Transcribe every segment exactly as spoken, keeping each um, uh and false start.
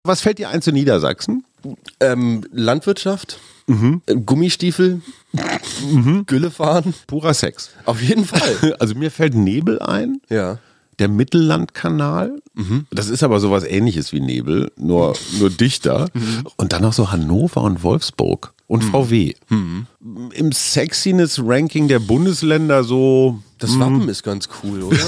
Was fällt dir ein zu Niedersachsen? Ähm, Landwirtschaft, Mhm. Gummistiefel, Mhm. Gülle fahren. Purer Sex. Auf jeden Fall. Also mir fällt Nebel ein. Ja. Der Mittellandkanal. Mhm. Das ist aber sowas Ähnliches wie Nebel, nur, nur dichter. Mhm. Und dann noch so Hannover und Wolfsburg und mhm. V W. Mhm. Im Sexiness-Ranking der Bundesländer so... Das Wappen ist ganz cool, oder?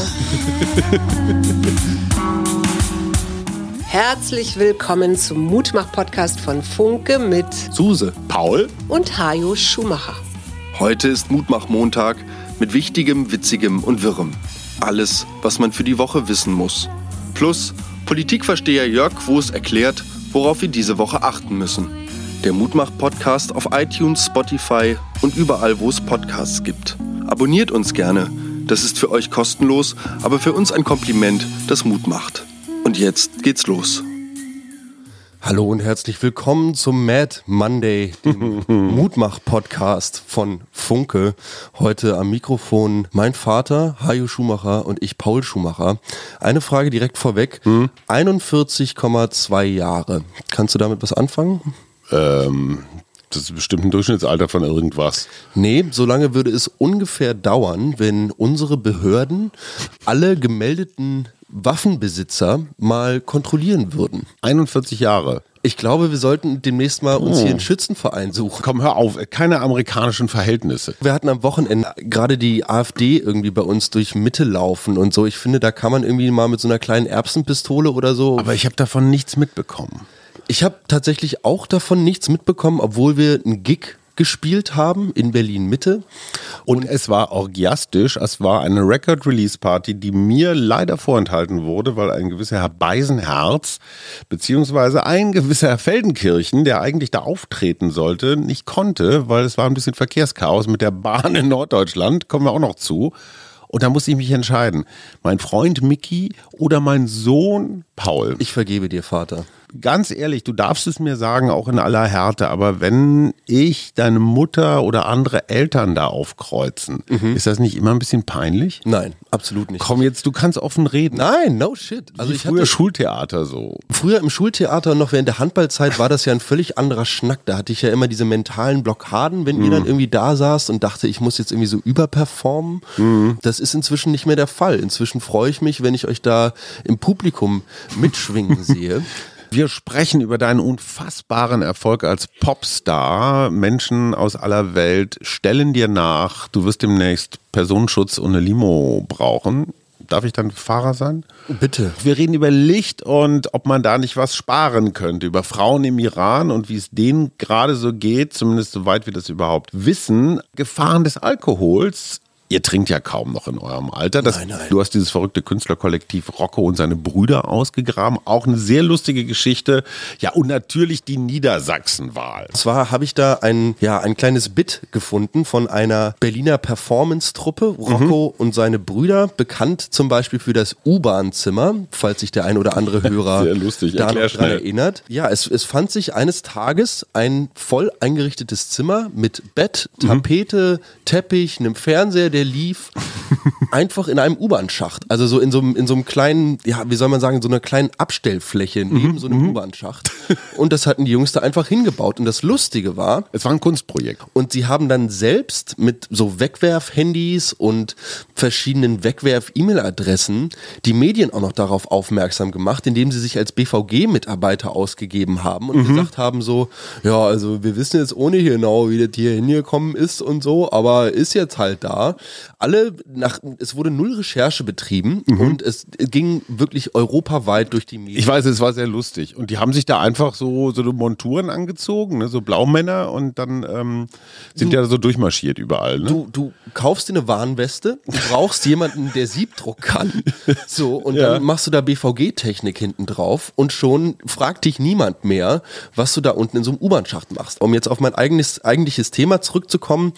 Herzlich willkommen zum Mutmach-Podcast von Funke mit Suse, Paul und Hajo Schumacher. Heute ist Mutmach-Montag mit Wichtigem, Witzigem und Wirrem. Alles, was man für die Woche wissen muss. Plus Politikversteher Jörg Quos erklärt, worauf wir diese Woche achten müssen. Der Mutmach-Podcast auf iTunes, Spotify und überall, wo es Podcasts gibt. Abonniert uns gerne. Das ist für euch kostenlos, aber für uns ein Kompliment, das Mut macht. Und jetzt geht's los. Hallo und herzlich willkommen zum Mad Monday, dem Mutmach-Podcast von Funke. Heute am Mikrofon mein Vater, Hajo Schumacher, und ich, Paul Schumacher. Eine Frage direkt vorweg. Hm? einundvierzig Komma zwei Jahre. Kannst du damit was anfangen? Ähm... Das ist bestimmt ein Durchschnittsalter von irgendwas. Nee, so lange würde es ungefähr dauern, wenn unsere Behörden alle gemeldeten Waffenbesitzer mal kontrollieren würden. einundvierzig Jahre. Ich glaube, wir sollten demnächst mal uns hier einen Schützenverein suchen. Komm, hör auf, keine amerikanischen Verhältnisse. Wir hatten am Wochenende gerade die AfD irgendwie bei uns durch Mitte laufen und so. Ich finde, da kann man irgendwie mal mit so einer kleinen Erbsenpistole oder so... Aber ich habe davon nichts mitbekommen. Ich habe tatsächlich auch davon nichts mitbekommen, obwohl wir einen Gig gespielt haben in Berlin-Mitte. Und es war orgiastisch, es war eine Record-Release-Party, die mir leider vorenthalten wurde, weil ein gewisser Herr Beisenherz, beziehungsweise ein gewisser Herr Feldenkirchen, der eigentlich da auftreten sollte, nicht konnte, weil es war ein bisschen Verkehrschaos mit der Bahn in Norddeutschland, kommen wir auch noch zu. Und da musste ich mich entscheiden, mein Freund Micky oder mein Sohn Paul. Ich vergebe dir, Vater. Ganz ehrlich, du darfst es mir sagen, auch in aller Härte, aber wenn ich, deine Mutter oder andere Eltern da aufkreuzen, mhm. ist das nicht immer ein bisschen peinlich? Nein, absolut nicht. Komm jetzt, du kannst offen reden. Nein, no shit. Also Wie ich früher hatte, Schultheater so. Früher im Schultheater, noch während der Handballzeit, war das ja ein völlig anderer Schnack. Da hatte ich ja immer diese mentalen Blockaden, wenn mhm. ihr dann irgendwie da saßt und dachte, ich muss jetzt irgendwie so überperformen. Mhm. Das ist inzwischen nicht mehr der Fall. Inzwischen freue ich mich, wenn ich euch da im Publikum mitschwingen sehe. Wir sprechen über deinen unfassbaren Erfolg als Popstar. Menschen aus aller Welt stellen dir nach, du wirst demnächst Personenschutz und eine Limo brauchen. Darf ich dann Fahrer sein? Bitte. Wir reden über Licht und ob man da nicht was sparen könnte. Über Frauen im Iran und wie es denen gerade so geht, zumindest soweit wir das überhaupt wissen. Gefahren des Alkohols. Ihr trinkt ja kaum noch in eurem Alter. Das, nein, nein. Du hast dieses verrückte Künstlerkollektiv Rocco und seine Brüder ausgegraben. Auch eine sehr lustige Geschichte. Ja, und natürlich die Niedersachsenwahl. Und zwar habe ich da ein, ja, ein kleines Bit gefunden von einer Berliner Performance-Truppe. Rocco mhm. und seine Brüder, bekannt zum Beispiel für das U-Bahn-Zimmer, falls sich der ein oder andere Hörer sehr lustig. da Erklär noch dran schnell. erinnert. Ja, es, es fand sich eines Tages ein voll eingerichtetes Zimmer mit Bett, Tapete, mhm. Teppich, einem Fernseher, der lief, einfach in einem U-Bahn-Schacht. Also so in so, in so einem kleinen, ja, wie soll man sagen, so einer kleinen Abstellfläche neben mhm. so einem U-Bahn-Schacht. Und das hatten die Jungs da einfach hingebaut. Und das Lustige war... Es war ein Kunstprojekt. Und sie haben dann selbst mit so Wegwerf-Handys und verschiedenen Wegwerf-E-Mail-Adressen die Medien auch noch darauf aufmerksam gemacht, indem sie sich als B V G-Mitarbeiter ausgegeben haben und mhm. gesagt haben so, ja, also wir wissen jetzt ohne genau, wie das hier hingekommen ist und so, aber ist jetzt halt da. Alle nach, es wurde null Recherche betrieben mhm. und es ging wirklich europaweit durch die Medien. Ich weiß, es war sehr lustig. Und die haben sich da einfach so, so Monturen angezogen, ne? So Blaumänner und dann ähm, sind du, ja so durchmarschiert überall. Ne? Du, du kaufst dir eine Warnweste, du brauchst jemanden, der Siebdruck kann. So, und ja. dann machst du da B V G-Technik hinten drauf und schon fragt dich niemand mehr, was du da unten in so einem U-Bahn-Schacht machst. Um jetzt auf mein eigenes, eigentliches Thema zurückzukommen.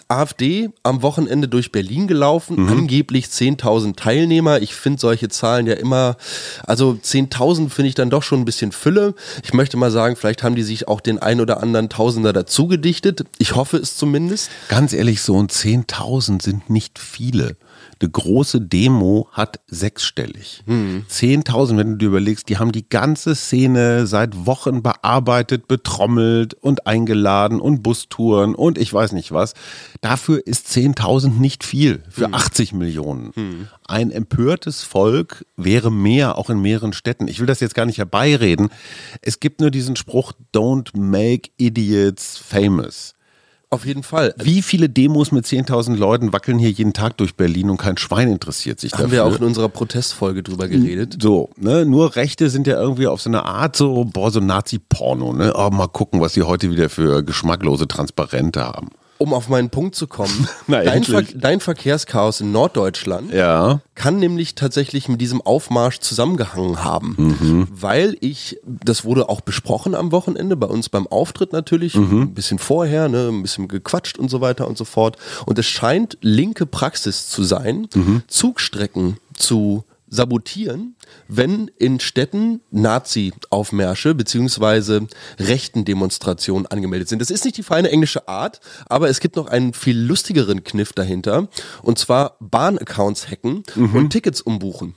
AfD am Wochenende durch Berlin gelaufen, mhm. angeblich zehntausend Teilnehmer. Ich finde solche Zahlen ja immer, also zehntausend finde ich dann doch schon ein bisschen Fülle. Ich möchte mal sagen, vielleicht haben die sich auch den ein oder anderen Tausender dazu gedichtet. Ich hoffe es zumindest. Ganz ehrlich, so ein zehntausend sind nicht viele. Eine große Demo hat sechsstellig. Hm. zehntausend, wenn du dir überlegst, die haben die ganze Szene seit Wochen bearbeitet, betrommelt und eingeladen und Bustouren und ich weiß nicht was. Dafür ist zehntausend nicht viel für hm. achtzig Millionen. Hm. Ein empörtes Volk wäre mehr, auch in mehreren Städten. Ich will das jetzt gar nicht herbeireden. Es gibt nur diesen Spruch, don't make idiots famous. Auf jeden Fall. Wie viele Demos mit zehntausend Leuten wackeln hier jeden Tag durch Berlin und kein Schwein interessiert sich dafür? Haben wir auch in unserer Protestfolge drüber geredet. So, ne, nur Rechte sind ja irgendwie auf so eine Art so, boah, so Nazi-Porno, ne? Oh, mal gucken, was sie heute wieder für geschmacklose Transparente haben. Um auf meinen Punkt zu kommen, Na, dein, Ver- dein Verkehrschaos in Norddeutschland ja. kann nämlich tatsächlich mit diesem Aufmarsch zusammengehangen haben, mhm. weil ich, das wurde auch besprochen am Wochenende, bei uns beim Auftritt natürlich, mhm. ein bisschen vorher, ne, ein bisschen gequatscht und so weiter und so fort, und es scheint linke Praxis zu sein, mhm. Zugstrecken zu sabotieren, wenn in Städten Nazi-Aufmärsche beziehungsweise rechten Demonstrationen angemeldet sind. Das ist nicht die feine englische Art, aber es gibt noch einen viel lustigeren Kniff dahinter, und zwar Bahnaccounts hacken mhm. und Tickets umbuchen.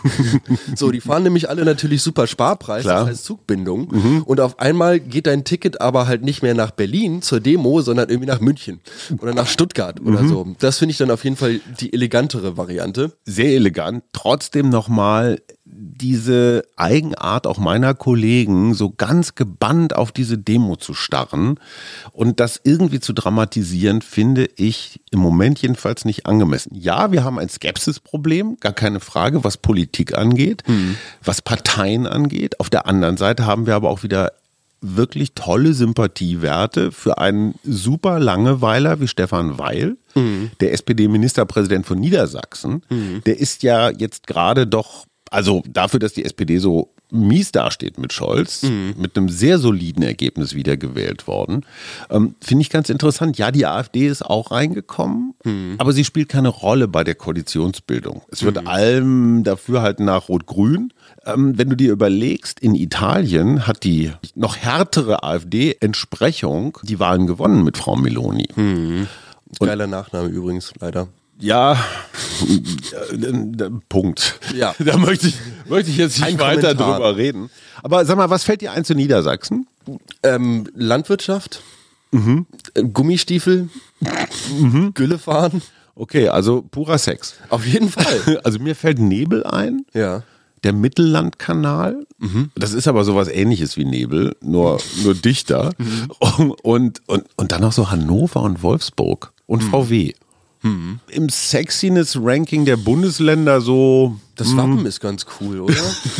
So, die fahren nämlich alle natürlich super Sparpreis als Zugbindung mhm. und auf einmal geht dein Ticket aber halt nicht mehr nach Berlin zur Demo, sondern irgendwie nach München oder nach Stuttgart mhm. oder so. Das finde ich dann auf jeden Fall die elegantere Variante. Sehr elegant, trotzdem nochmal diese Eigenart auch meiner Kollegen, so ganz gebannt auf diese Demo zu starren und das irgendwie zu dramatisieren, finde ich im Moment jedenfalls nicht angemessen. Ja, wir haben ein Skepsisproblem, gar keine Frage, was Politik angeht, mhm. was Parteien angeht. Auf der anderen Seite haben wir aber auch wieder wirklich tolle Sympathiewerte für einen super Langeweiler wie Stefan Weil, mhm. der S P D-Ministerpräsident von Niedersachsen. Mhm. Der ist ja jetzt gerade doch, also dafür, dass die S P D so mies dasteht mit Scholz, mhm. mit einem sehr soliden Ergebnis wiedergewählt worden. Ähm, finde ich ganz interessant. Ja, die AfD ist auch reingekommen, mhm. aber sie spielt keine Rolle bei der Koalitionsbildung. Es wird mhm. allem dafür halt nach Rot-Grün. Ähm, wenn du dir überlegst, in Italien hat die noch härtere AfD-Entsprechung die Wahlen gewonnen mit Frau Meloni. Mhm. Geiler Nachname übrigens, leider. Ja, Punkt. Ja. Da möchte ich, möchte ich jetzt nicht Ein weiter Kommentar. drüber reden. Aber sag mal, was fällt dir ein zu Niedersachsen? Ähm, Landwirtschaft, mhm. Gummistiefel, mhm. Gülle fahren. Okay, also purer Sex. Auf jeden Fall. Also mir fällt Nebel ein. Ja. Der Mittellandkanal. Mhm. Das ist aber sowas Ähnliches wie Nebel, nur, nur dichter. Mhm. Und, und, und dann noch so Hannover und Wolfsburg und mhm. V W. Hm. Im Sexiness-Ranking der Bundesländer so... Das Wappen hm. ist ganz cool, oder?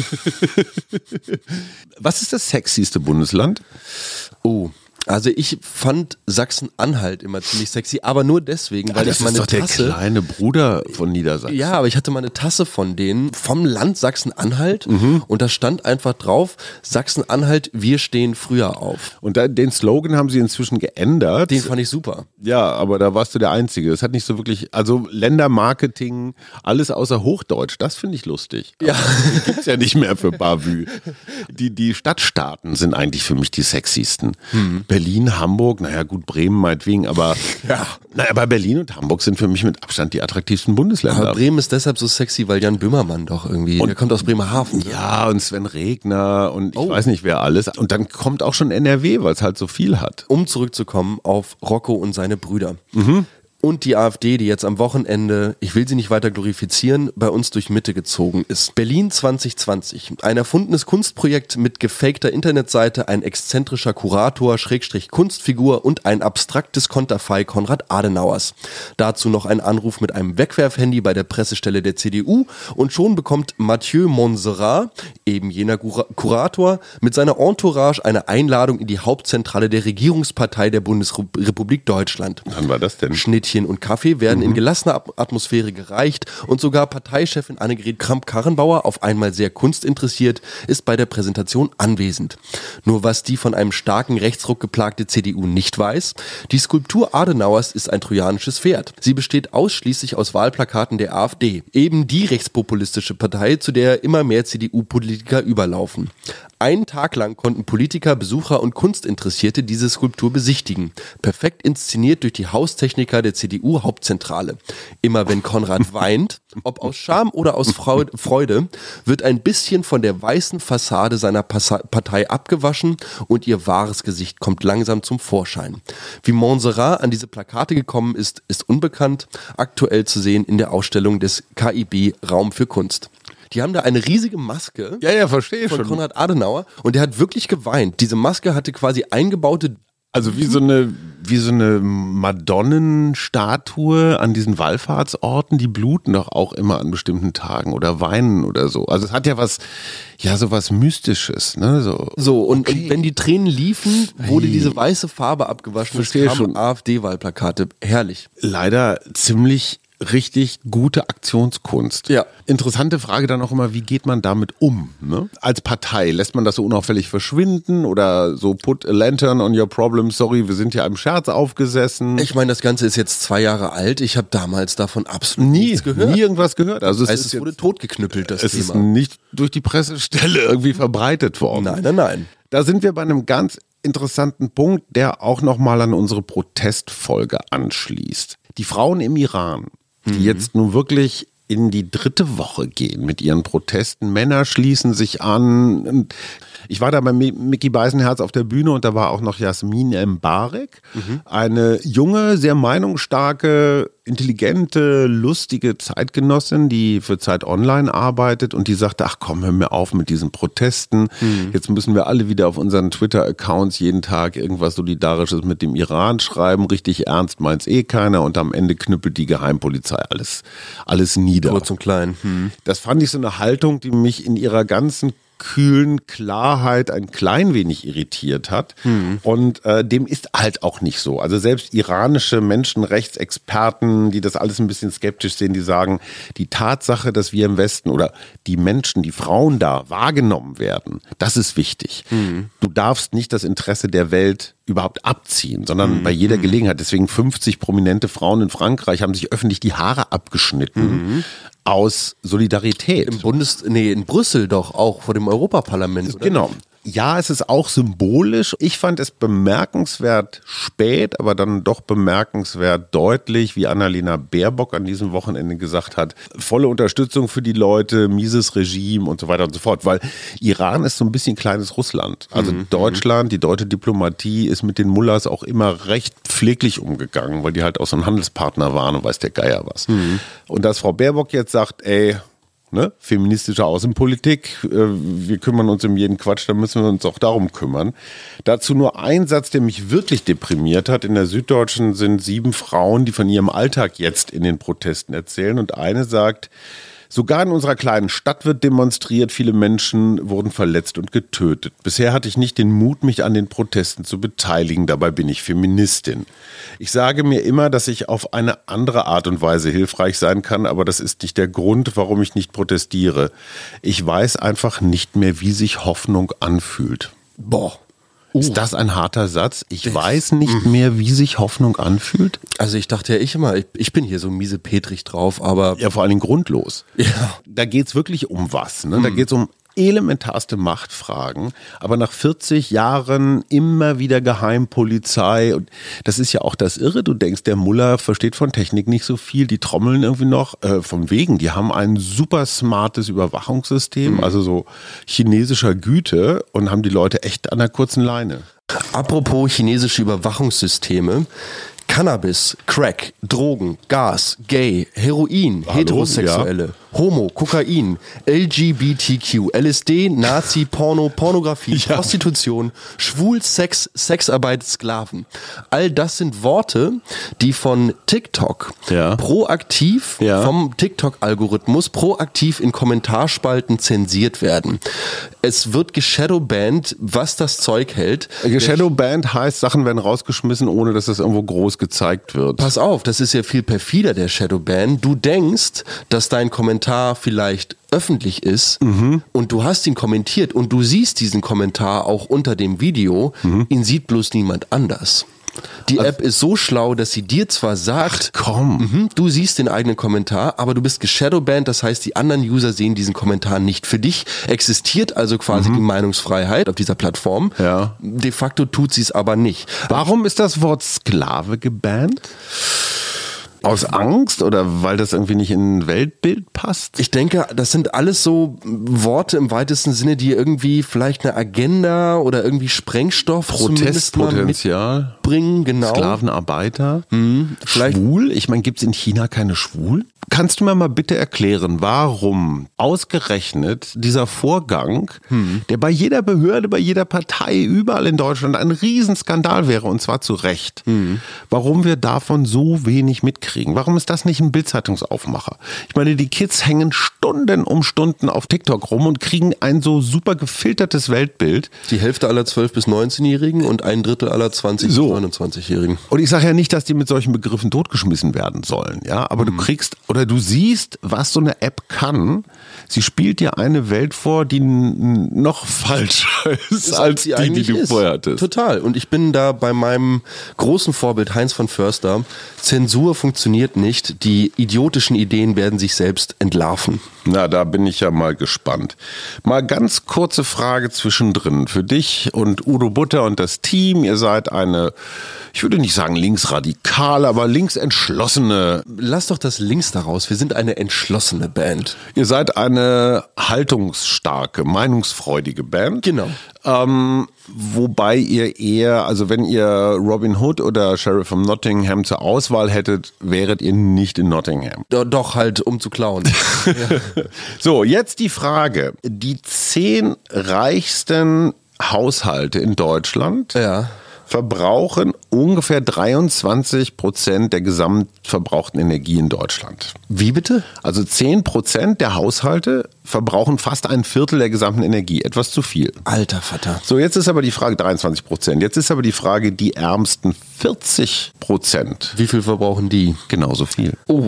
Was ist das sexyste Bundesland? Oh, also ich fand Sachsen-Anhalt immer ziemlich sexy, aber nur deswegen, weil ah, ich meine Tasse... Das ist doch der kleine Bruder von Niedersachsen. Ja, aber ich hatte mal eine Tasse von denen, vom Land Sachsen-Anhalt mhm. und da stand einfach drauf, Sachsen-Anhalt, wir stehen früher auf. Und da, den Slogan haben sie inzwischen geändert. Den fand ich super. Ja, aber da warst du der Einzige. Das hat nicht so wirklich, also Ländermarketing, alles außer Hochdeutsch, das finde ich lustig. Ja. Das gibt's ja nicht mehr für Bavü. Die, die Stadtstaaten sind eigentlich für mich die sexiesten. Mhm. Berlin, Hamburg, naja gut, Bremen meinetwegen, aber ja. naja, aber Berlin und Hamburg sind für mich mit Abstand die attraktivsten Bundesländer. Aber Bremen ist deshalb so sexy, weil Jan Böhmermann doch irgendwie, und, der kommt aus Bremerhaven. Ne? Ja, und Sven Regner und ich oh. weiß nicht wer alles. Und dann kommt auch schon N R W, weil es halt so viel hat. Um zurückzukommen auf Rocco und seine Brüder. Mhm. Und die AfD, die jetzt am Wochenende, ich will sie nicht weiter glorifizieren, bei uns durch Mitte gezogen ist. Berlin zwanzig zwanzig. Ein erfundenes Kunstprojekt mit gefakter Internetseite, ein exzentrischer Kurator, Schrägstrich Kunstfigur und ein abstraktes Konterfei Konrad Adenauers. Dazu noch ein Anruf mit einem Wegwerfhandy bei der Pressestelle der C D U und schon bekommt Mathieu Montserrat, eben jener Kur- Kurator, mit seiner Entourage eine Einladung in die Hauptzentrale der Regierungspartei der Bundesrepublik Deutschland. Wann war das denn? Schnittchen und Kaffee werden mhm. in gelassener Atmosphäre gereicht und sogar Parteichefin Annegret Kramp-Karrenbauer, auf einmal sehr kunstinteressiert, ist bei der Präsentation anwesend. Nur was die von einem starken Rechtsruck geplagte C D U nicht weiß, die Skulptur Adenauers ist ein trojanisches Pferd. Sie besteht ausschließlich aus Wahlplakaten der AfD, eben die rechtspopulistische Partei, zu der immer mehr C D U-Politiker überlaufen. Einen Tag lang konnten Politiker, Besucher und Kunstinteressierte diese Skulptur besichtigen. Perfekt inszeniert durch die Haustechniker der C D U C D U-Hauptzentrale. Immer wenn Konrad weint, ob aus Scham oder aus Freude, wird ein bisschen von der weißen Fassade seiner Partei abgewaschen und ihr wahres Gesicht kommt langsam zum Vorschein. Wie Montserrat an diese Plakate gekommen ist, ist unbekannt, aktuell zu sehen in der Ausstellung des K I B Raum für Kunst. Die haben da eine riesige Maske ja, ja, verstehe von schon. Konrad Adenauer und der hat wirklich geweint. Diese Maske hatte quasi eingebaute... Also wie so eine, wie so eine Madonnenstatue an diesen Wallfahrtsorten, die bluten doch auch immer an bestimmten Tagen oder weinen oder so. Also es hat ja was, ja, so was Mystisches, ne? So, so und, okay. und wenn die Tränen liefen, wurde diese weiße Farbe abgewaschen. Verstehe schon. AfD-Wahlplakate. Herrlich. Leider ziemlich richtig gute Aktionskunst. Ja. Interessante Frage dann auch immer, wie geht man damit um? Ne? Als Partei, lässt man das so unauffällig verschwinden oder so put a lantern on your problem, sorry, wir sind ja einem Scherz aufgesessen? Ich meine, das Ganze ist jetzt zwei Jahre alt, ich habe damals davon absolut nie, nichts gehört. Nie irgendwas gehört. Also es, heißt, ist es wurde jetzt, totgeknüppelt, das es Thema. Es ist nicht durch die Pressestelle irgendwie verbreitet worden. Nein, nein, nein. Da sind wir bei einem ganz interessanten Punkt, der auch nochmal an unsere Protestfolge anschließt. Die Frauen im Iran, die jetzt nun wirklich in die dritte Woche gehen mit ihren Protesten. Männer schließen sich an. Ich war da bei Micky Beisenherz auf der Bühne und da war auch noch Jasmin Mbarek, mhm. eine junge, sehr meinungsstarke, intelligente, lustige Zeitgenossin, die für Zeit Online arbeitet und die sagte, ach komm, hör mir auf mit diesen Protesten. Mhm. Jetzt müssen wir alle wieder auf unseren Twitter-Accounts jeden Tag irgendwas Solidarisches mit dem Iran schreiben. Richtig ernst meint's eh keiner und am Ende knüppelt die Geheimpolizei alles, alles nieder. Kurz und klein. Mhm. Das fand ich so eine Haltung, die mich in ihrer ganzen kühlen Klarheit ein klein wenig irritiert hat. Hm. Und äh, dem ist halt auch nicht so. Also selbst iranische Menschenrechtsexperten, die das alles ein bisschen skeptisch sehen, die sagen, die Tatsache, dass wir im Westen oder die Menschen, die Frauen da wahrgenommen werden, das ist wichtig. Hm. Du darfst nicht das Interesse der Welt überhaupt abziehen, sondern mhm. bei jeder Gelegenheit. Deswegen fünfzig prominente Frauen in Frankreich haben sich öffentlich die Haare abgeschnitten mhm. aus Solidarität. Im Bundes, nee, in Brüssel doch auch vor dem Europaparlament, oder? Genau. Ja, es ist auch symbolisch. Ich fand es bemerkenswert spät, aber dann doch bemerkenswert deutlich, wie Annalena Baerbock an diesem Wochenende gesagt hat, volle Unterstützung für die Leute, mieses Regime und so weiter und so fort, weil Iran ist so ein bisschen kleines Russland. Also mhm. Deutschland, die deutsche Diplomatie ist mit den Mullahs auch immer recht pfleglich umgegangen, weil die halt auch so ein Handelspartner waren und weiß der Geier was. Mhm. Und dass Frau Baerbock jetzt sagt, ey, Ne? feministische Außenpolitik, wir kümmern uns um jeden Quatsch, dann müssen wir uns auch darum kümmern. Dazu nur ein Satz, der mich wirklich deprimiert hat. In der Süddeutschen sind sieben Frauen, die von ihrem Alltag jetzt in den Protesten erzählen und eine sagt, sogar in unserer kleinen Stadt wird demonstriert, viele Menschen wurden verletzt und getötet. Bisher hatte ich nicht den Mut, mich an den Protesten zu beteiligen, dabei bin ich Feministin. Ich sage mir immer, dass ich auf eine andere Art und Weise hilfreich sein kann, aber das ist nicht der Grund, warum ich nicht protestiere. Ich weiß einfach nicht mehr, wie sich Hoffnung anfühlt. Boah. Uh. Ist das ein harter Satz? Ich das weiß nicht mehr, wie sich Hoffnung anfühlt. Also ich dachte ja ich immer, ich, ich bin hier so miesepetrig drauf, aber... Ja, vor allen Dingen grundlos. Ja. Da geht's wirklich um was. Ne? Da geht's um elementarste Machtfragen, aber nach vierzig Jahren immer wieder Geheimpolizei und das ist ja auch das Irre, du denkst, der Mullah versteht von Technik nicht so viel, die trommeln irgendwie noch, äh, von wegen, die haben ein super smartes Überwachungssystem, mhm. also so chinesischer Güte und haben die Leute echt an der kurzen Leine. Apropos chinesische Überwachungssysteme, Cannabis, Crack, Drogen, Gas, Gay, Heroin, Hallo, Heterosexuelle, ja. Homo, Kokain, L G B T Q, L S D, Nazi, Porno, Pornografie, ja. Prostitution, Schwul, Sex, Sexarbeit, Sklaven. All das sind Worte, die von TikTok ja. proaktiv, ja. vom TikTok-Algorithmus proaktiv in Kommentarspalten zensiert werden. Es wird geshadowbanned, was das Zeug hält. Geshadowbanned heißt, Sachen werden rausgeschmissen, ohne dass das irgendwo groß gezeigt wird. Pass auf, das ist ja viel perfider, der Shadowban. Du denkst, dass dein Kommentar vielleicht öffentlich ist mhm. und du hast ihn kommentiert und du siehst diesen Kommentar auch unter dem Video, mhm. ihn sieht bloß niemand anders. Die also, App ist so schlau, dass sie dir zwar sagt, ach komm, mh, du siehst den eigenen Kommentar, aber du bist geshadowbanned, das heißt, die anderen User sehen diesen Kommentar nicht. Für dich existiert also quasi mhm. die Meinungsfreiheit auf dieser Plattform. Ja. De facto tut sie es aber nicht. Warum ist das Wort Sklave gebannt? Aus Angst oder weil das irgendwie nicht in ein Weltbild passt? Ich denke, das sind alles so Worte im weitesten Sinne, die irgendwie vielleicht eine Agenda oder irgendwie Sprengstoff Protestpotenzial bringen, genau. Sklavenarbeiter, Mhm, vielleicht schwul. Ich meine, gibt es in China keine Schwulen? Kannst du mir mal bitte erklären, warum ausgerechnet dieser Vorgang, hm. der bei jeder Behörde, bei jeder Partei, überall in Deutschland ein Riesenskandal wäre, und zwar zu Recht, hm. warum wir davon so wenig mitkriegen? Warum ist das nicht ein Bild-Zeitungsaufmacher? Ich meine, die Kids hängen Stunden um Stunden auf TikTok rum und kriegen ein so super gefiltertes Weltbild. Die Hälfte aller zwölf- bis neunzehnjährigen und ein Drittel aller zwanzig- bis neunundzwanzigjährigen. Und ich sage ja nicht, dass die mit solchen Begriffen totgeschmissen werden sollen, ja, aber hm. du kriegst oder du siehst, was so eine App kann. Sie spielt dir eine Welt vor, die noch falscher ist, ist als die, die, die du ist. vorher hattest. Total. Und ich bin da bei meinem großen Vorbild Heinz von Förster. Zensur funktioniert nicht. Die idiotischen Ideen werden sich selbst entlarven. Na, da bin ich ja mal gespannt. Mal ganz kurze Frage zwischendrin. Für dich und Udo Butter und das Team. Ihr seid eine, ich würde nicht sagen linksradikal, aber linksentschlossene. Lass doch das Links daraus. Wir sind eine entschlossene Band. Ihr seid eine haltungsstarke, meinungsfreudige Band. Genau. Ähm, wobei ihr eher, also wenn ihr Robin Hood oder Sheriff von Nottingham zur Auswahl hättet, wäret ihr nicht in Nottingham. Do- doch, halt, um zu klauen. Ja. So, jetzt die Frage. Die zehn reichsten Haushalte in Deutschland ja. verbrauchen ungefähr dreiundzwanzig Prozent der gesamtverbrauchten Energie in Deutschland. Wie bitte? Also zehn Prozent der Haushalte verbrauchen fast ein Viertel der gesamten Energie. Etwas zu viel. Alter Vater. So, jetzt ist aber die Frage, dreiundzwanzig Prozent. Jetzt ist aber die Frage, die ärmsten vierzig Prozent. Wie viel verbrauchen die? Genauso viel. Oh.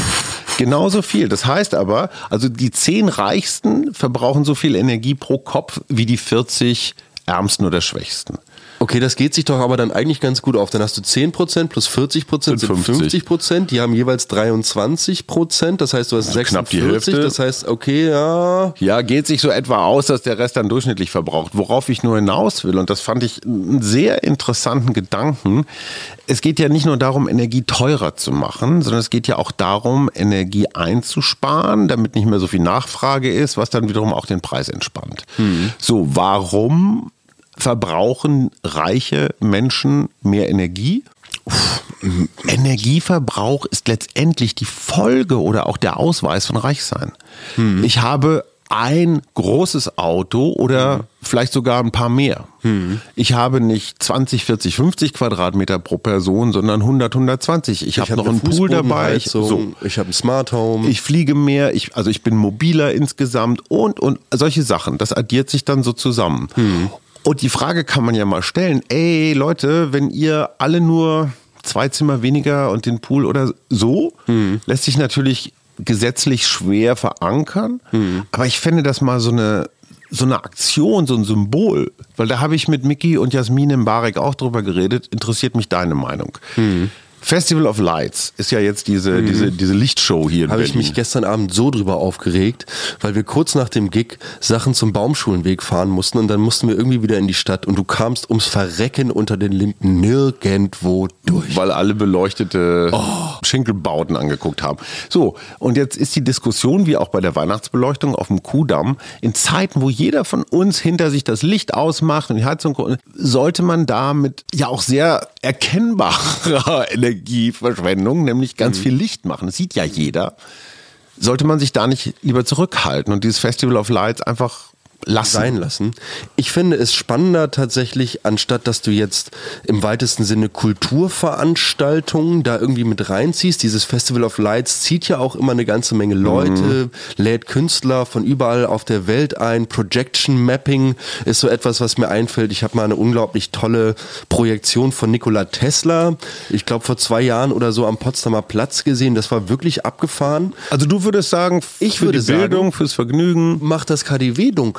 Genauso viel. Das heißt aber, also die zehn Reichsten verbrauchen so viel Energie pro Kopf wie die vierzig Ärmsten oder Schwächsten. Okay, das geht sich doch aber dann eigentlich ganz gut auf. Dann hast du zehn Prozent plus vierzig Prozent sind fünfzig Prozent. Die haben jeweils dreiundzwanzig Prozent. Das heißt, du hast sechsundvierzig. Knapp die Hälfte. Das heißt, okay, ja. Ja, geht sich so etwa aus, dass der Rest dann durchschnittlich verbraucht. Worauf ich nur hinaus will, und das fand ich einen sehr interessanten Gedanken. Es geht ja nicht nur darum, Energie teurer zu machen, sondern es geht ja auch darum, Energie einzusparen, damit nicht mehr so viel Nachfrage ist, was dann wiederum auch den Preis entspannt. Hm. So, warum verbrauchen reiche Menschen mehr Energie? Uff, Energieverbrauch ist letztendlich die Folge oder auch der Ausweis von Reichsein. Hm. Ich habe ein großes Auto oder hm. vielleicht sogar ein paar mehr. Hm. Ich habe nicht zwanzig, vierzig, fünfzig Quadratmeter pro Person, sondern hundert, hundertzwanzig. Ich, ich habe hab noch einen Pool dabei. Ich, so. ich habe ein Smart Home. Ich fliege mehr, ich, also ich bin mobiler insgesamt und, und solche Sachen. Das addiert sich dann so zusammen. Hm. Und die Frage kann man ja mal stellen, ey Leute, wenn ihr alle nur zwei Zimmer weniger und den Pool oder so, hm. lässt sich natürlich gesetzlich schwer verankern. Hm. Aber ich fände das mal so eine, so eine Aktion, so ein Symbol. Weil da habe ich mit Micky und Jasmin Mbarek auch drüber geredet. Interessiert mich deine Meinung. Hm. Festival of Lights ist ja jetzt diese, mhm. diese, diese Lichtshow hier in Habe ich mich gestern Abend so drüber aufgeregt, weil wir kurz nach dem Gig Sachen zum Baumschulenweg fahren mussten und dann mussten wir irgendwie wieder in die Stadt und du kamst ums Verrecken unter den Linden nirgendwo durch. Weil alle beleuchtete oh. Schinkelbauten angeguckt haben. So, und jetzt ist die Diskussion, wie auch bei der Weihnachtsbeleuchtung auf dem Kuhdamm, in Zeiten, wo jeder von uns hinter sich das Licht ausmacht und die Heizung, sollte man da mit ja auch sehr erkennbarer Energieverschwendung, nämlich ganz mhm. viel Licht machen. Das sieht ja jeder. Sollte man sich da nicht lieber zurückhalten und dieses Festival of Lights einfach lassen. sein lassen. Ich finde es spannender tatsächlich, anstatt dass du jetzt im weitesten Sinne Kulturveranstaltungen da irgendwie mit reinziehst. Dieses Festival of Lights zieht ja auch immer eine ganze Menge Leute, mhm. lädt Künstler von überall auf der Welt ein. Projection Mapping ist so etwas, was mir einfällt. Ich habe mal eine unglaublich tolle Projektion von Nikola Tesla, ich glaube vor zwei Jahren oder so am Potsdamer Platz gesehen. Das war wirklich abgefahren. Also du würdest sagen, ich für würde die Bildung, sagen, fürs Vergnügen. Mach das K D W dunkel.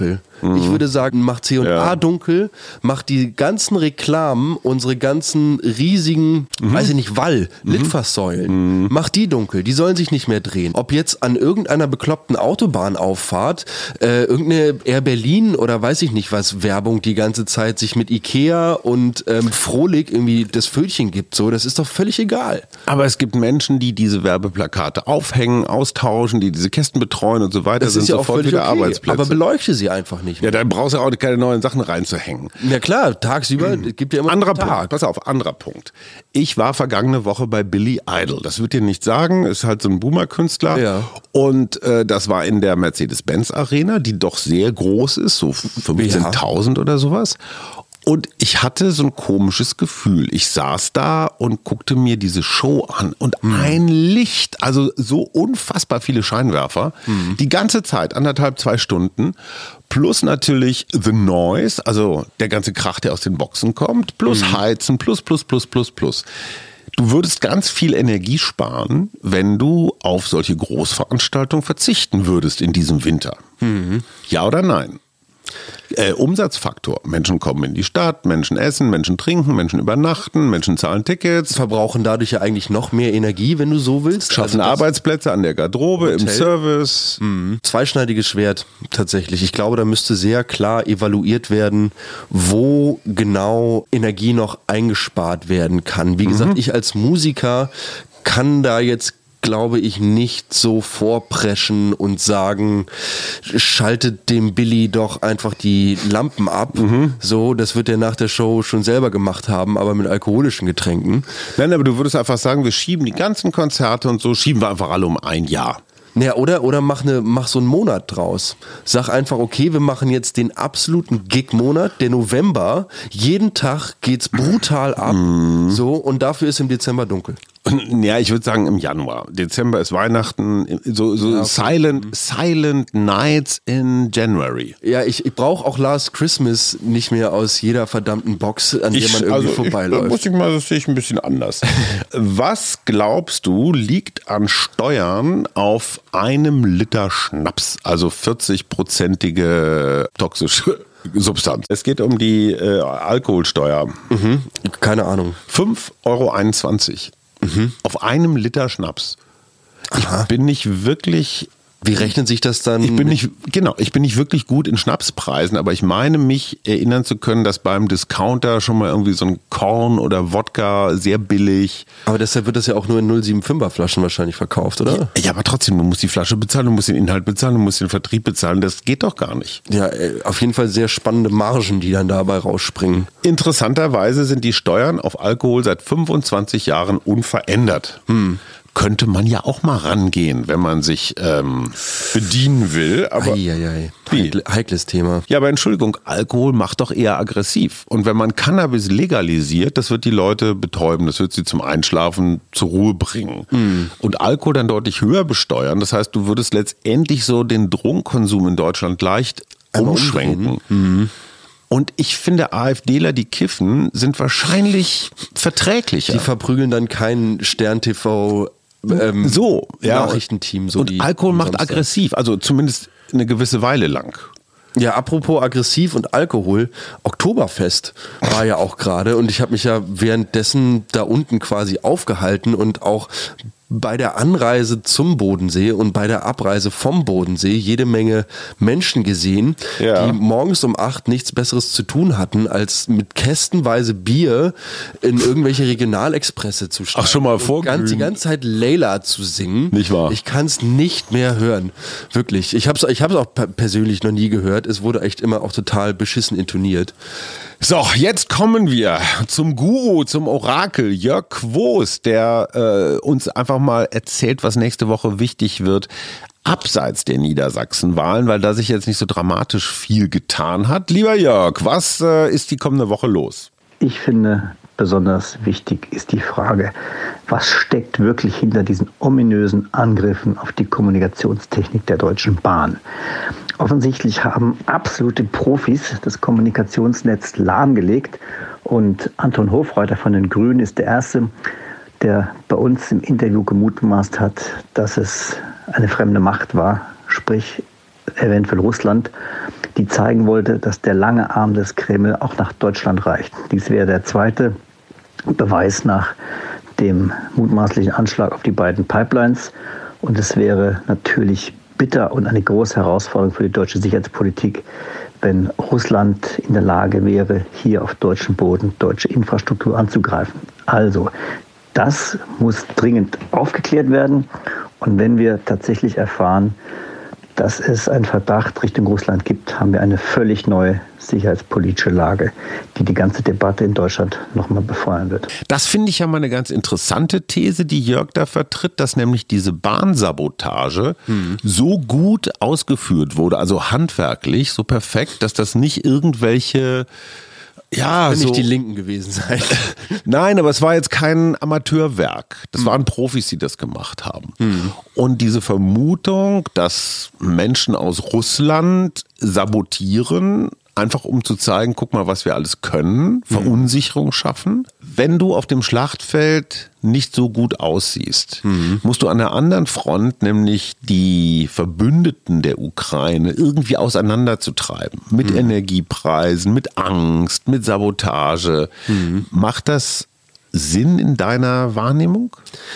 dunkel. Mhm. Ich würde sagen, mach C und A ja. dunkel, mach die ganzen Reklamen, unsere ganzen riesigen, mhm. weiß ich nicht, Wall, mhm. Litfaßsäulen, mhm. mach die dunkel. Die sollen sich nicht mehr drehen. Ob jetzt an irgendeiner bekloppten Autobahnauffahrt, äh, irgendeine Air Berlin oder weiß ich nicht was Werbung die ganze Zeit sich mit Ikea und ähm, Frohlich irgendwie das Fötchen gibt, so, das ist doch völlig egal. Aber es gibt Menschen, die diese Werbeplakate aufhängen, austauschen, die diese Kästen betreuen und so weiter. Das sind ja sofort auch wieder okay, Arbeitsplätze. Aber beleuchte sie einfach nicht. Ja, dann brauchst du auch keine neuen Sachen reinzuhängen. Ja klar, tagsüber mhm. gibt ja immer anderer Tag. Punkt. Pass auf, anderer Punkt. Ich war vergangene Woche bei Billy Idol. Das wird dir nicht sagen, ist halt so ein Boomer-Künstler. Ja. Und äh, das war in der Mercedes-Benz-Arena, die doch sehr groß ist, so fünfzehntausend ja. oder sowas. Und ich hatte so ein komisches Gefühl. Ich saß da und guckte mir diese Show an und hm. ein Licht, also so unfassbar viele Scheinwerfer, hm. die ganze Zeit, anderthalb, zwei Stunden, plus natürlich The Noise, also der ganze Krach, der aus den Boxen kommt, plus hm. Heizen, plus, plus, plus, plus, plus. Du würdest ganz viel Energie sparen, wenn du auf solche Großveranstaltungen verzichten würdest in diesem Winter. Mhm. Ja oder nein? Äh, Umsatzfaktor. Menschen kommen in die Stadt, Menschen essen, Menschen trinken, Menschen übernachten, Menschen zahlen Tickets. Verbrauchen dadurch ja eigentlich noch mehr Energie, wenn du so willst. Schaffen also Arbeitsplätze an der Garderobe, Hotel. Im Service. Mhm. Zweischneidiges Schwert tatsächlich. Ich glaube, da müsste sehr klar evaluiert werden, wo genau Energie noch eingespart werden kann. Wie mhm. gesagt, ich als Musiker kann da jetzt glaube ich, nicht so vorpreschen und sagen, schaltet dem Billy doch einfach die Lampen ab. Mhm. So, das wird er nach der Show schon selber gemacht haben, aber mit alkoholischen Getränken. Nein, aber du würdest einfach sagen, wir schieben die ganzen Konzerte und so, schieben wir einfach alle um ein Jahr. Naja, oder, oder mach, eine, mach so einen Monat draus. Sag einfach, okay, wir machen jetzt den absoluten Gig-Monat, der November. Jeden Tag geht's brutal ab. Mm. So, und dafür ist im Dezember dunkel. Ja, ich würde sagen im Januar. Dezember ist Weihnachten, so, so ja, okay. silent, silent Nights in January. Ja, ich, ich brauche auch Last Christmas nicht mehr aus jeder verdammten Box, an der man irgendwie also vorbeiläuft. Da muss ich mal, das sehe ich ein bisschen anders. Was glaubst du, liegt an Steuern auf einem Liter Schnaps, also vierzig-prozentige toxische Substanz? Es geht um die äh, Alkoholsteuer. Mhm. Keine Ahnung. fünf Euro einundzwanzig. Mhm. Auf einem Liter Schnaps. Ich Aha. bin nicht wirklich... Wie rechnet sich das dann? Ich bin nicht, genau, ich bin nicht wirklich gut in Schnapspreisen, aber ich meine mich erinnern zu können, dass beim Discounter schon mal irgendwie so ein Korn oder Wodka sehr billig. Aber deshalb wird das ja auch nur in null Komma fünfundsiebziger Flaschen wahrscheinlich verkauft, oder? Ja, ja, aber trotzdem, du musst die Flasche bezahlen, du musst den Inhalt bezahlen, du musst den Vertrieb bezahlen, das geht doch gar nicht. Ja, auf jeden Fall sehr spannende Margen, die dann dabei rausspringen. Interessanterweise sind die Steuern auf Alkohol seit fünfundzwanzig Jahren unverändert. Hm. Könnte man ja auch mal rangehen, wenn man sich ähm, bedienen will. Aber Eieiei. Heikl- heikles Thema. Ja, aber Entschuldigung, Alkohol macht doch eher aggressiv. Und wenn man Cannabis legalisiert, das wird die Leute betäuben, das wird sie zum Einschlafen zur Ruhe bringen. Mhm. Und Alkohol dann deutlich höher besteuern. Das heißt, du würdest letztendlich so den Drogenkonsum in Deutschland leicht Einmal umschwenken. Mhm. Und ich finde, AfDler, die kiffen, sind wahrscheinlich verträglicher. Die verprügeln dann keinen Stern-T V ähm, so, ja. Nachrichtenteam. So und wie Alkohol macht aggressiv, also zumindest eine gewisse Weile lang. Ja, apropos aggressiv und Alkohol, Oktoberfest war ja auch gerade und ich habe mich ja währenddessen da unten quasi aufgehalten und auch bei der Anreise zum Bodensee und bei der Abreise vom Bodensee jede Menge Menschen gesehen, ja. die morgens um acht nichts Besseres zu tun hatten, als mit kästenweise Bier in irgendwelche Regionalexpresse zu steigen. Ach, schon mal vorglühen. Die ganze Zeit Layla zu singen. Nicht wahr? Ich kann es nicht mehr hören. Wirklich. Ich habe es ich hab's auch persönlich noch nie gehört. Es wurde echt immer auch total beschissen intoniert. So, jetzt kommen wir zum Guru, zum Orakel, Jörg Quos, der äh, uns einfach mal erzählt, was nächste Woche wichtig wird, abseits der Niedersachsenwahlen, weil da sich jetzt nicht so dramatisch viel getan hat. Lieber Jörg, was äh, ist die kommende Woche los? Ich finde, besonders wichtig ist die Frage, was steckt wirklich hinter diesen ominösen Angriffen auf die Kommunikationstechnik der Deutschen Bahn? Offensichtlich haben absolute Profis das Kommunikationsnetz lahmgelegt und Anton Hofreiter von den Grünen ist der Erste, der bei uns im Interview gemutmaßt hat, dass es eine fremde Macht war, sprich eventuell Russland, die zeigen wollte, dass der lange Arm des Kreml auch nach Deutschland reicht. Dies wäre der zweite Beweis nach dem mutmaßlichen Anschlag auf die beiden Pipelines. Und es wäre natürlich bitter und eine große Herausforderung für die deutsche Sicherheitspolitik, wenn Russland in der Lage wäre, hier auf deutschem Boden deutsche Infrastruktur anzugreifen. Also, das muss dringend aufgeklärt werden. Und wenn wir tatsächlich erfahren, dass es einen Verdacht Richtung Russland gibt, haben wir eine völlig neue sicherheitspolitische Lage, die die ganze Debatte in Deutschland nochmal befeuern wird. Das finde ich ja mal eine ganz interessante These, die Jörg da vertritt, dass nämlich diese Bahnsabotage hm. so gut ausgeführt wurde, also handwerklich, so perfekt, dass das nicht irgendwelche Ja, Wenn so. nicht die Linken gewesen sein. Nein, aber es war jetzt kein Amateurwerk. Das hm. waren Profis, die das gemacht haben. Hm. Und diese Vermutung, dass Menschen aus Russland sabotieren, einfach um zu zeigen, guck mal, was wir alles können, Verunsicherung schaffen. Wenn du auf dem Schlachtfeld nicht so gut aussiehst, mhm. musst du an der anderen Front, nämlich die Verbündeten der Ukraine, irgendwie auseinanderzutreiben. Mit mhm. Energiepreisen, mit Angst, mit Sabotage. Mhm. Macht das Sinn in deiner Wahrnehmung?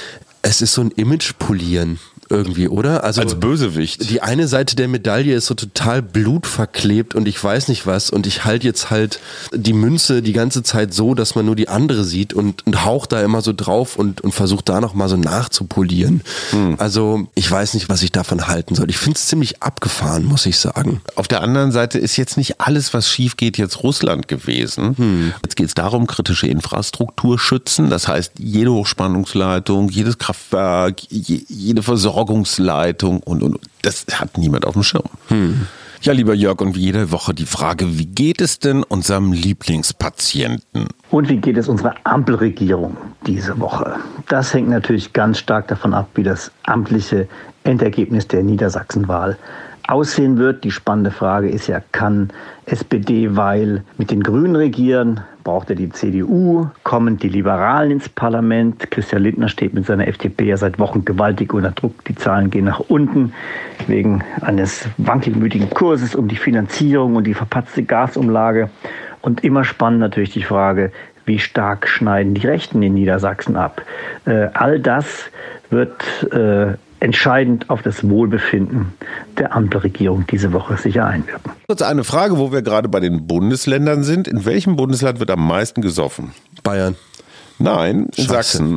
Es ist so ein Image-Polieren. Irgendwie, oder? Also als Bösewicht. Die eine Seite der Medaille ist so total blutverklebt und ich weiß nicht was und ich halte jetzt halt die Münze die ganze Zeit so, dass man nur die andere sieht und, und haucht da immer so drauf und, und versucht da nochmal so nachzupolieren. Hm. Also ich weiß nicht, was ich davon halten soll. Ich finde es ziemlich abgefahren, muss ich sagen. Auf der anderen Seite ist jetzt nicht alles, was schief geht, jetzt Russland gewesen. Hm. Jetzt geht es darum, kritische Infrastruktur schützen. Das heißt, jede Hochspannungsleitung, jedes Kraftwerk, je, jede Versorgung Versorgungsleitung und, und das hat niemand auf dem Schirm. Hm. Ja, lieber Jörg, und wie jede Woche die Frage, wie geht es denn unserem Lieblingspatienten? Und wie geht es unserer Ampelregierung diese Woche? Das hängt natürlich ganz stark davon ab, wie das amtliche Endergebnis der Niedersachsenwahl aussehen wird. Die spannende Frage ist ja, kann S P D Weil mit den Grünen regieren? Braucht er die C D U? Kommen die Liberalen ins Parlament? Christian Lindner steht mit seiner F D P ja seit Wochen gewaltig unter Druck. Die Zahlen gehen nach unten wegen eines wankelmütigen Kurses um die Finanzierung und die verpatzte Gasumlage. Und immer spannend natürlich die Frage, wie stark schneiden die Rechten in Niedersachsen ab? Äh, all das wird äh, entscheidend auf das Wohlbefinden der Ampelregierung diese Woche sicher einwirken. Kurz eine Frage, wo wir gerade bei den Bundesländern sind. In welchem Bundesland wird am meisten gesoffen? Bayern. Nein, in Scheiße. Sachsen.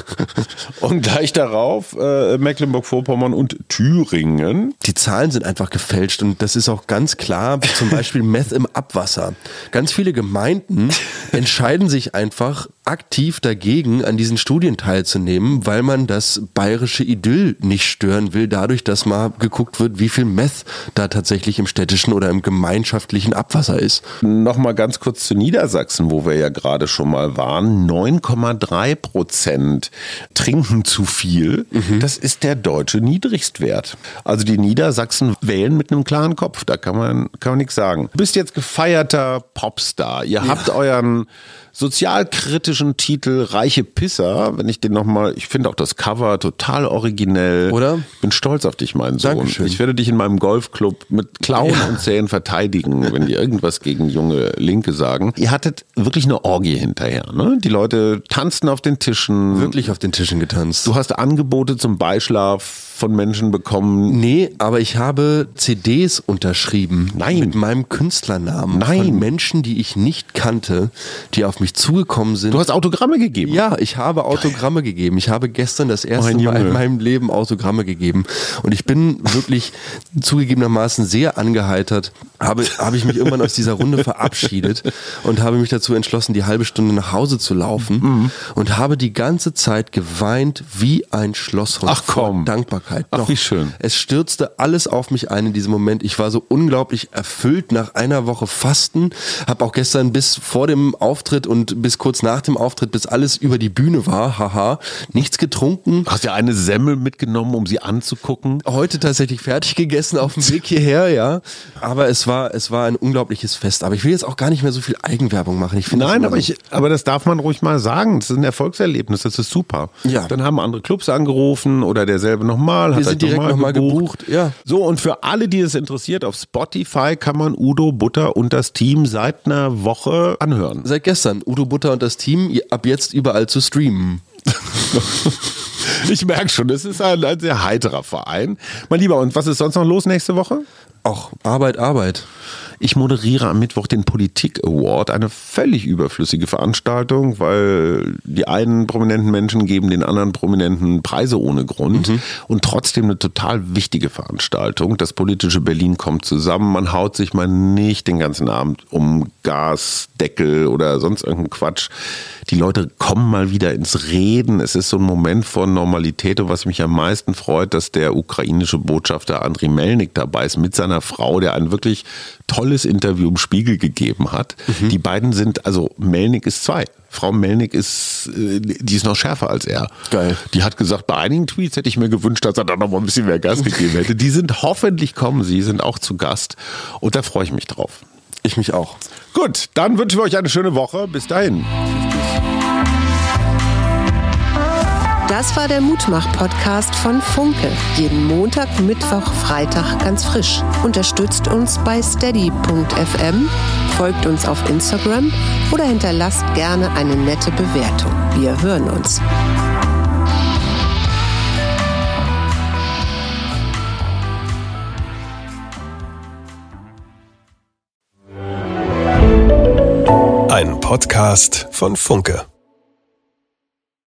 Und gleich darauf äh, Mecklenburg-Vorpommern und Thüringen. Die Zahlen sind einfach gefälscht und das ist auch ganz klar, zum Beispiel Meth im Abwasser. Ganz viele Gemeinden entscheiden sich einfach aktiv dagegen, an diesen Studien teilzunehmen, weil man das bayerische Idyll nicht stören will, dadurch, dass mal geguckt wird, wie viel Meth da tatsächlich im städtischen oder im gemeinschaftlichen Abwasser ist. Nochmal ganz kurz zu Niedersachsen, wo wir ja gerade schon mal waren. neun Komma drei Prozent trinken zu viel. Mhm. Das ist der deutsche Niedrigstwert. Also die Niedersachsen wählen mit einem klaren Kopf. Da kann man, kann man nichts sagen. Du bist jetzt gefeierter Popstar. Ihr ja. habt euren sozialkritischen Titel Reiche Pisser, wenn ich den nochmal, ich finde auch das Cover total originell. Oder? Ich bin stolz auf dich, mein Sohn. Dankeschön. Ich werde dich in meinem Golfclub mit Klauen ja. und Zähnen verteidigen, wenn die irgendwas gegen junge Linke sagen. Ihr hattet wirklich eine Orgie hinterher, ne? Die Leute tanzten auf den Tischen. Wirklich auf den Tischen getanzt. Du hast Angebote zum Beischlaf von Menschen bekommen. Nee, aber ich habe C Ds unterschrieben. Nein. Mit meinem Künstlernamen. Nein. Von Menschen, die ich nicht kannte, die auf mich zugekommen sind. Du hast Autogramme gegeben? Ja, ich habe Autogramme Geil. gegeben. Ich habe gestern das erste oh, Mal in meinem Leben Autogramme gegeben. Und ich bin wirklich zugegebenermaßen sehr angeheitert. Habe, habe ich mich irgendwann aus dieser Runde verabschiedet und habe mich dazu entschlossen, die halbe Stunde nach Hause zu laufen mhm. und habe die ganze Zeit geweint wie ein Schlosshund. Ach komm. Vor Dankbarkeit. Ach, Doch, wie schön. Es stürzte alles auf mich ein in diesem Moment. Ich war so unglaublich erfüllt nach einer Woche Fasten. Habe auch gestern bis vor dem Auftritt und bis kurz nach dem dem Auftritt, bis alles über die Bühne war, haha, nichts getrunken. Hast ja eine Semmel mitgenommen, um sie anzugucken. Heute tatsächlich fertig gegessen auf dem Weg hierher, ja. Aber es war, es war ein unglaubliches Fest. Aber ich will jetzt auch gar nicht mehr so viel Eigenwerbung machen. Ich Nein, aber, so ich, aber das darf man ruhig mal sagen. Das ist ein Erfolgserlebnis, das ist super. Ja. Dann haben andere Clubs angerufen oder derselbe nochmal. Wir hat sind direkt nochmal gebucht. gebucht. Ja. So, und für alle, die es interessiert, auf Spotify kann man Udo Butter und das Team seit einer Woche anhören. Seit gestern. Udo Butter und das Team ab jetzt überall zu streamen. Ich merke schon, es ist ein, ein sehr heiterer Verein. Mein Lieber, und was ist sonst noch los nächste Woche? Auch Arbeit, Arbeit. Ich moderiere am Mittwoch den Politik Award, eine völlig überflüssige Veranstaltung, weil die einen prominenten Menschen geben den anderen Prominenten Preise ohne Grund mhm. und trotzdem eine total wichtige Veranstaltung. Das politische Berlin kommt zusammen, man haut sich mal nicht den ganzen Abend um Gasdeckel oder sonst irgendeinen Quatsch. Die Leute kommen mal wieder ins Reden. Es ist so ein Moment von Normalität und was mich am meisten freut, dass der ukrainische Botschafter Andriy Melnik dabei ist mit seiner Frau, der ein wirklich tolles Interview im Spiegel gegeben hat. Mhm. Die beiden sind, also Melnik ist zwei. Frau Melnik ist, die ist noch schärfer als er. Geil. Die hat gesagt, bei einigen Tweets hätte ich mir gewünscht, dass er da noch mal ein bisschen mehr Gas gegeben hätte. Die sind hoffentlich kommen, sie sind auch zu Gast und da freue ich mich drauf. Ich mich auch. Gut, dann wünschen wir euch eine schöne Woche. Bis dahin. Das war der Mutmach-Podcast von Funke. Jeden Montag, Mittwoch, Freitag ganz frisch. Unterstützt uns bei steady punkt f m, folgt uns auf Instagram oder hinterlasst gerne eine nette Bewertung. Wir hören uns. Ein Podcast von Funke.